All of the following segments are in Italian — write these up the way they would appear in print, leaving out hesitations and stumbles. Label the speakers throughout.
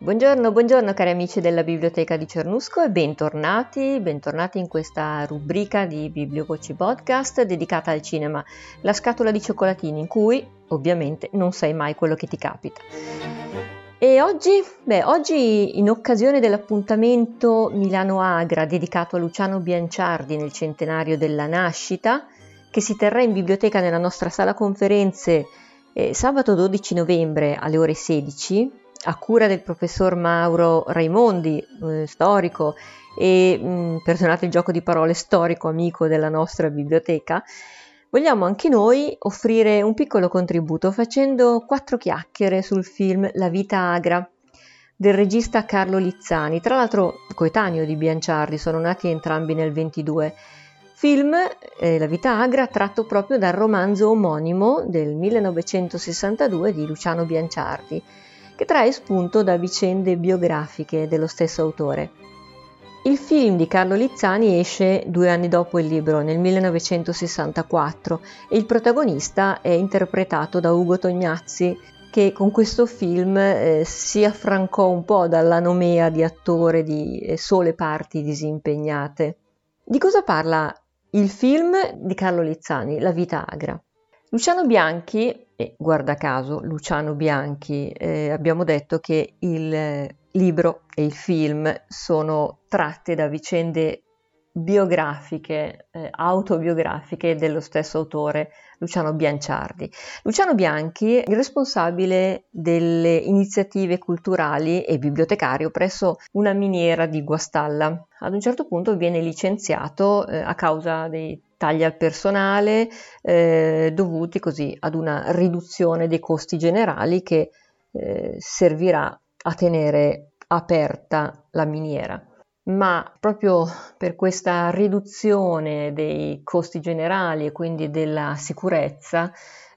Speaker 1: Buongiorno, buongiorno cari amici della Biblioteca di Cernusco e bentornati in questa rubrica di Bibliovoci Podcast dedicata al cinema, la scatola di cioccolatini in cui ovviamente non sai mai quello che ti capita. E oggi in occasione dell'appuntamento Milano Agra dedicato a Luciano Bianciardi nel centenario della nascita, che si terrà in biblioteca nella nostra sala conferenze sabato 12 novembre alle ore 16, a cura del professor Mauro Raimondi, storico e, perdonate il gioco di parole, storico amico della nostra biblioteca, vogliamo anche noi offrire un piccolo contributo facendo 4 chiacchiere sul film La vita agra del regista Carlo Lizzani, tra l'altro coetaneo di Bianciardi, sono nati entrambi nel 22. Film, La vita agra, tratto proprio dal romanzo omonimo del 1962 di Luciano Bianciardi, che trae spunto da vicende biografiche dello stesso autore. Il film di Carlo Lizzani esce 2 anni dopo il libro, nel 1964, e il protagonista è interpretato da Ugo Tognazzi, che con questo film si affrancò un po' dalla nomea di attore di sole parti disimpegnate. Di cosa parla il film di Carlo Lizzani, La vita agra? Luciano Bianchi, e guarda caso Luciano Bianchi, abbiamo detto che il libro e il film sono tratte da vicende biografiche, autobiografiche dello stesso autore, Luciano Bianciardi. Luciano Bianchi è il responsabile delle iniziative culturali e bibliotecario presso una miniera di Guastalla. Ad un certo punto viene licenziato a causa dei tagli al personale dovuti così ad una riduzione dei costi generali che servirà a tenere aperta la miniera. Ma proprio per questa riduzione dei costi generali e quindi della sicurezza,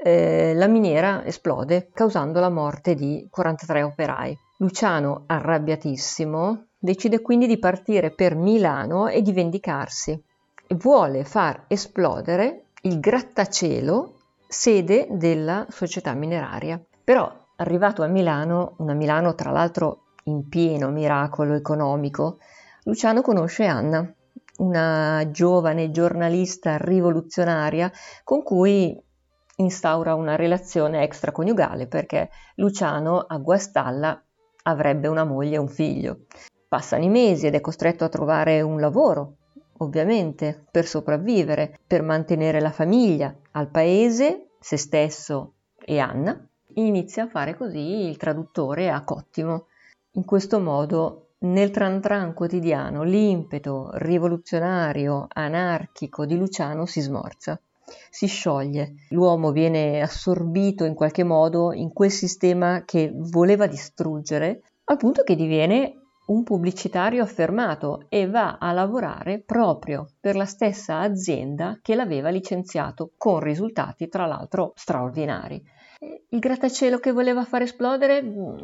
Speaker 1: la miniera esplode causando la morte di 43 operai. Luciano, arrabbiatissimo, decide quindi di partire per Milano e di vendicarsi. Vuole far esplodere il grattacielo sede della società mineraria. Però, arrivato a Milano, una Milano tra l'altro in pieno miracolo economico, Luciano conosce Anna, una giovane giornalista rivoluzionaria con cui instaura una relazione extraconiugale perché Luciano a Guastalla avrebbe una moglie e un figlio. Passano i mesi ed è costretto a trovare un lavoro, ovviamente, per sopravvivere, per mantenere la famiglia, al paese, se stesso e Anna. Inizia a fare così il traduttore a Cottimo. In questo modo, nel tran tran quotidiano, l'impeto rivoluzionario, anarchico di Luciano si smorza, si scioglie. L'uomo viene assorbito in qualche modo in quel sistema che voleva distruggere, al punto che diviene un pubblicitario affermato e va a lavorare proprio per la stessa azienda che l'aveva licenziato, con risultati tra l'altro straordinari. Il grattacielo che voleva far esplodere?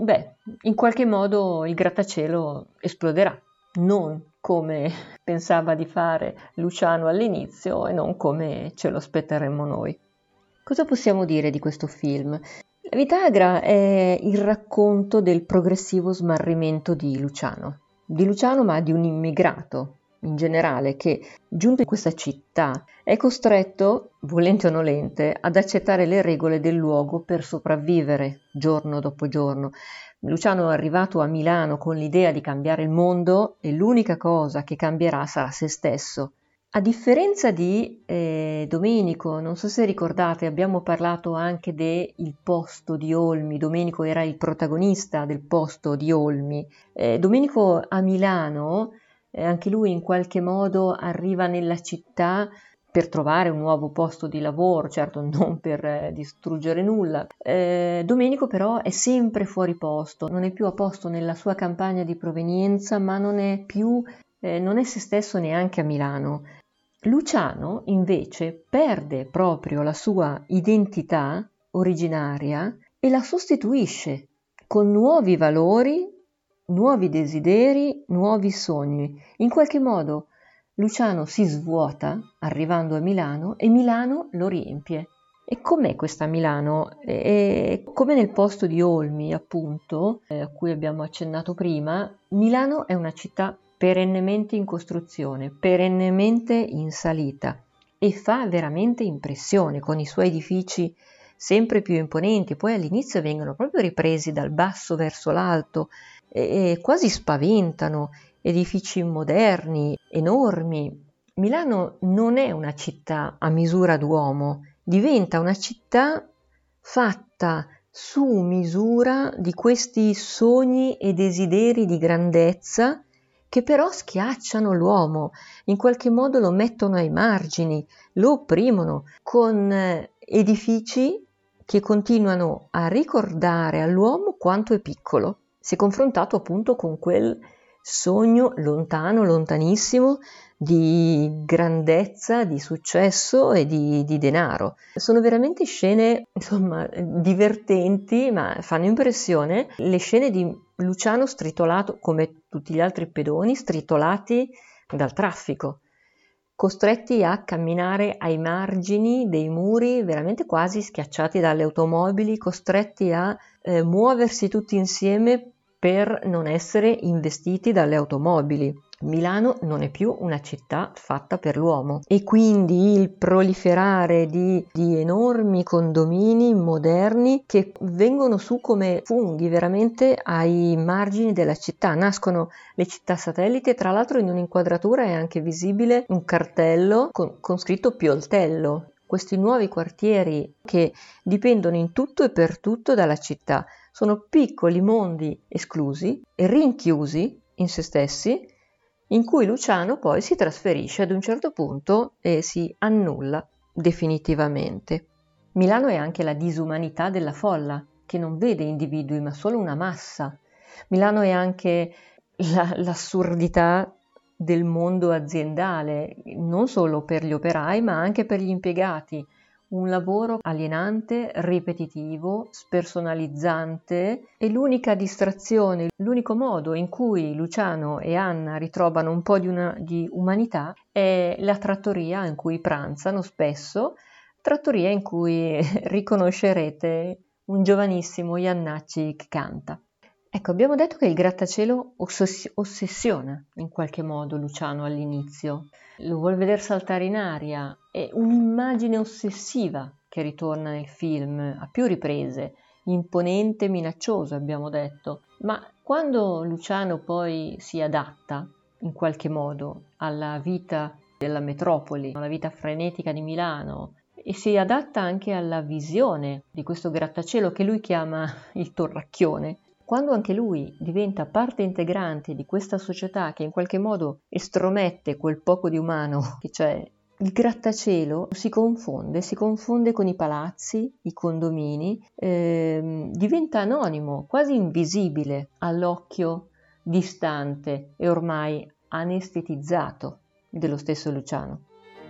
Speaker 1: In qualche modo il grattacielo esploderà, non come pensava di fare Luciano all'inizio e non come ce lo aspetteremmo noi. Cosa possiamo dire di questo film? La vita agra è il racconto del progressivo smarrimento di Luciano, ma di un immigrato in generale che, giunto in questa città, è costretto, volente o nolente, ad accettare le regole del luogo per sopravvivere giorno dopo giorno. Luciano è arrivato a Milano con l'idea di cambiare il mondo e l'unica cosa che cambierà sarà se stesso. A differenza di Domenico, non so se ricordate, abbiamo parlato anche del Posto di Olmi. Domenico era il protagonista del Posto di Olmi. Domenico a Milano, anche lui in qualche modo arriva nella città per trovare un nuovo posto di lavoro, certo non per distruggere nulla. Domenico però è sempre fuori posto, non è più a posto nella sua campagna di provenienza, ma non è se stesso neanche a Milano. Luciano invece perde proprio la sua identità originaria e la sostituisce con nuovi valori, nuovi desideri, nuovi sogni. In qualche modo Luciano si svuota arrivando a Milano e Milano lo riempie E com'è questa Milano? Come nel posto di Olmi, appunto, a cui abbiamo accennato prima, Milano è una città perennemente in costruzione, perennemente in salita e fa veramente impressione con i suoi edifici sempre più imponenti. Poi all'inizio vengono proprio ripresi dal basso verso l'alto e quasi spaventano, edifici moderni, enormi. Milano non è una città a misura d'uomo, diventa una città fatta su misura di questi sogni e desideri di grandezza che però schiacciano l'uomo, in qualche modo lo mettono ai margini, lo opprimono con edifici che continuano a ricordare all'uomo quanto è piccolo, se confrontato appunto con quel sogno lontano, lontanissimo, di grandezza, di successo e di denaro. Sono veramente scene, insomma, divertenti, ma fanno impressione. Le scene di Luciano stritolato, come tutti gli altri pedoni, stritolati dal traffico, costretti a camminare ai margini dei muri, veramente quasi schiacciati dalle automobili, costretti a muoversi tutti insieme per non essere investiti dalle automobili. Milano non è più una città fatta per l'uomo e quindi il proliferare di enormi condomini moderni che vengono su come funghi veramente ai margini della città. Nascono le città satelliti e tra l'altro in un'inquadratura è anche visibile un cartello con scritto Pioltello. Questi nuovi quartieri che dipendono in tutto e per tutto dalla città. Sono piccoli mondi esclusi e rinchiusi in se stessi, in cui Luciano poi si trasferisce ad un certo punto e si annulla definitivamente. Milano è anche la disumanità della folla, che non vede individui ma solo una massa. Milano è anche l'assurdità del mondo aziendale, non solo per gli operai ma anche per gli impiegati. Un lavoro alienante, ripetitivo, spersonalizzante e l'unica distrazione, l'unico modo in cui Luciano e Anna ritrovano un po' di umanità è la trattoria in cui pranzano spesso, trattoria in cui riconoscerete un giovanissimo Iannacci che canta. Ecco, abbiamo detto che il grattacielo ossessiona in qualche modo Luciano all'inizio, lo vuol vedere saltare in aria, è un'immagine ossessiva che ritorna nel film a più riprese, imponente, minaccioso abbiamo detto, ma quando Luciano poi si adatta in qualche modo alla vita della metropoli, alla vita frenetica di Milano e si adatta anche alla visione di questo grattacielo che lui chiama il Torracchione, quando anche lui diventa parte integrante di questa società che in qualche modo estromette quel poco di umano che c'è, il grattacielo si confonde con i palazzi, i condomini, diventa anonimo, quasi invisibile all'occhio distante e ormai anestetizzato dello stesso Luciano.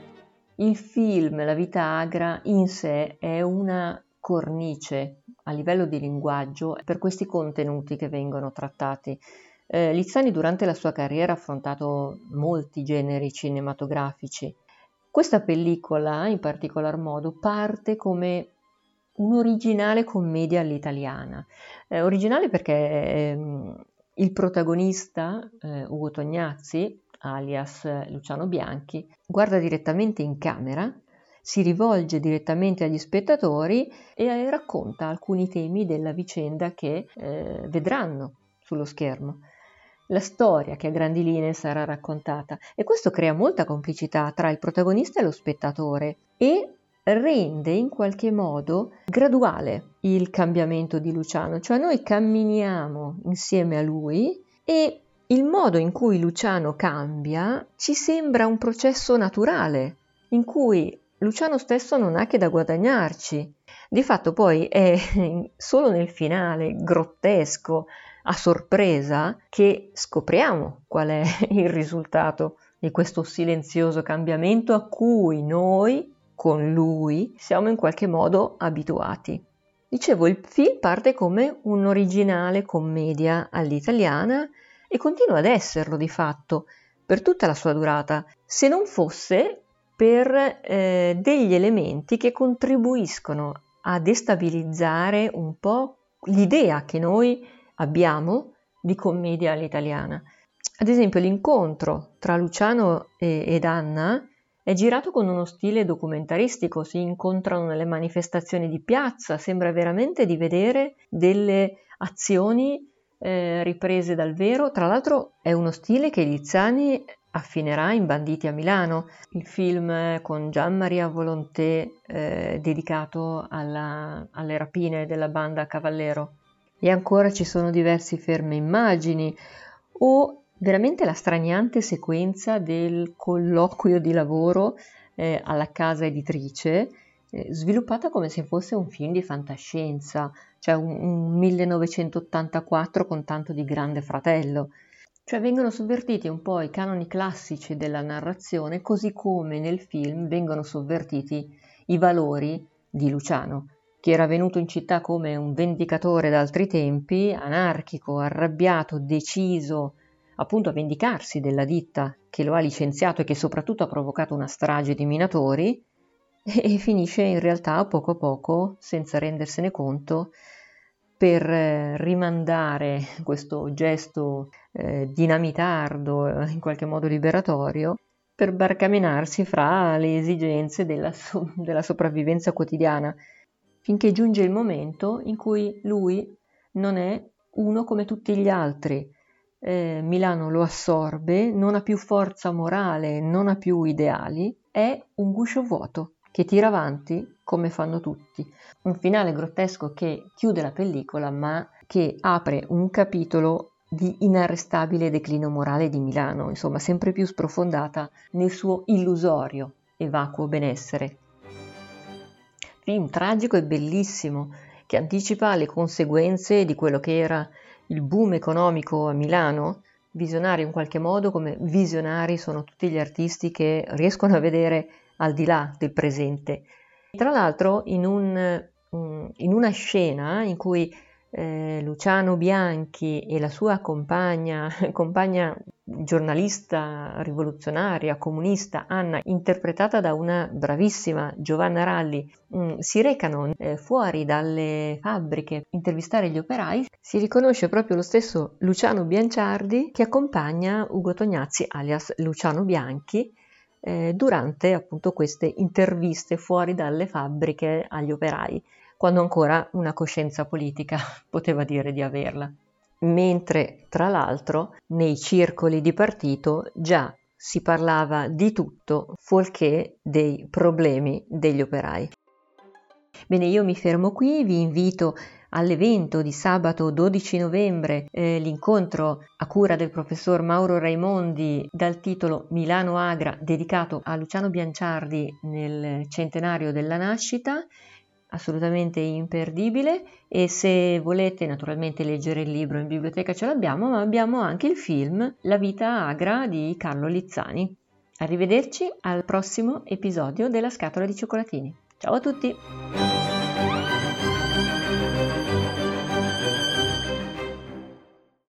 Speaker 1: Il film La vita agra in sé è una cornice a livello di linguaggio per questi contenuti che vengono trattati. Lizzani durante la sua carriera ha affrontato molti generi cinematografici. Questa pellicola, in particolar modo, parte come un'originale commedia all'italiana. Originale perché il protagonista, Ugo Tognazzi, alias Luciano Bianchi, guarda direttamente in camera, si rivolge direttamente agli spettatori e racconta alcuni temi della vicenda che vedranno sullo schermo. La storia che a grandi linee sarà raccontata e questo crea molta complicità tra il protagonista e lo spettatore e rende in qualche modo graduale il cambiamento di Luciano, cioè noi camminiamo insieme a lui e il modo in cui Luciano cambia ci sembra un processo naturale, in cui Luciano stesso non ha che da guadagnarci. Di fatto poi è solo nel finale grottesco, a sorpresa, che scopriamo qual è il risultato di questo silenzioso cambiamento a cui noi, con lui, siamo in qualche modo abituati. Dicevo, il film parte come un'originale commedia all'italiana e continua ad esserlo di fatto per tutta la sua durata, se non fosse per degli elementi che contribuiscono a destabilizzare un po' l'idea che noi abbiamo di commedia all'italiana. Ad esempio, l'incontro tra Luciano ed Anna è girato con uno stile documentaristico, si incontrano nelle manifestazioni di piazza, sembra veramente di vedere delle azioni riprese dal vero. Tra l'altro è uno stile che Lizzani affinerà in Banditi a Milano, il film con Gian Maria Volonté dedicato alle rapine della banda Cavallero. E ancora ci sono diversi ferme immagini o veramente la straniante sequenza del colloquio di lavoro alla casa editrice, sviluppata come se fosse un film di fantascienza, cioè un 1984 con tanto di Grande Fratello. Cioè vengono sovvertiti un po' i canoni classici della narrazione, così come nel film vengono sovvertiti i valori di Luciano, che era venuto in città come un vendicatore d'altri tempi, anarchico, arrabbiato, deciso appunto a vendicarsi della ditta che lo ha licenziato e che soprattutto ha provocato una strage di minatori, e finisce in realtà poco a poco, senza rendersene conto, per rimandare questo gesto dinamitardo, in qualche modo liberatorio, per barcamenarsi fra le esigenze della sopravvivenza quotidiana, finché giunge il momento in cui lui non è uno come tutti gli altri. Milano lo assorbe, non ha più forza morale, non ha più ideali, è un guscio vuoto che tira avanti come fanno tutti. Un finale grottesco che chiude la pellicola, ma che apre un capitolo di inarrestabile declino morale di Milano, insomma sempre più sprofondata nel suo illusorio e vacuo benessere. Film tragico e bellissimo che anticipa le conseguenze di quello che era il boom economico a Milano. Visionari in qualche modo, come visionari sono tutti gli artisti che riescono a vedere al di là del presente. Tra l'altro in una scena in cui Luciano Bianchi e la sua compagna giornalista rivoluzionaria, comunista, Anna, interpretata da una bravissima Giovanna Ralli, si recano fuori dalle fabbriche a intervistare gli operai, si riconosce proprio lo stesso Luciano Bianciardi che accompagna Ugo Tognazzi, alias Luciano Bianchi, durante appunto queste interviste fuori dalle fabbriche agli operai, quando ancora una coscienza politica poteva dire di averla. Mentre, tra l'altro, nei circoli di partito già si parlava di tutto fuorché dei problemi degli operai. Bene, io mi fermo qui, vi invito all'evento di sabato 12 novembre, l'incontro a cura del professor Mauro Raimondi dal titolo Milano Agra, dedicato a Luciano Bianciardi nel centenario della nascita, assolutamente imperdibile. E se volete naturalmente leggere il libro in biblioteca ce l'abbiamo, ma abbiamo anche il film La vita agra di Carlo Lizzani. Arrivederci al prossimo episodio della Scatola di Cioccolatini. Ciao a tutti!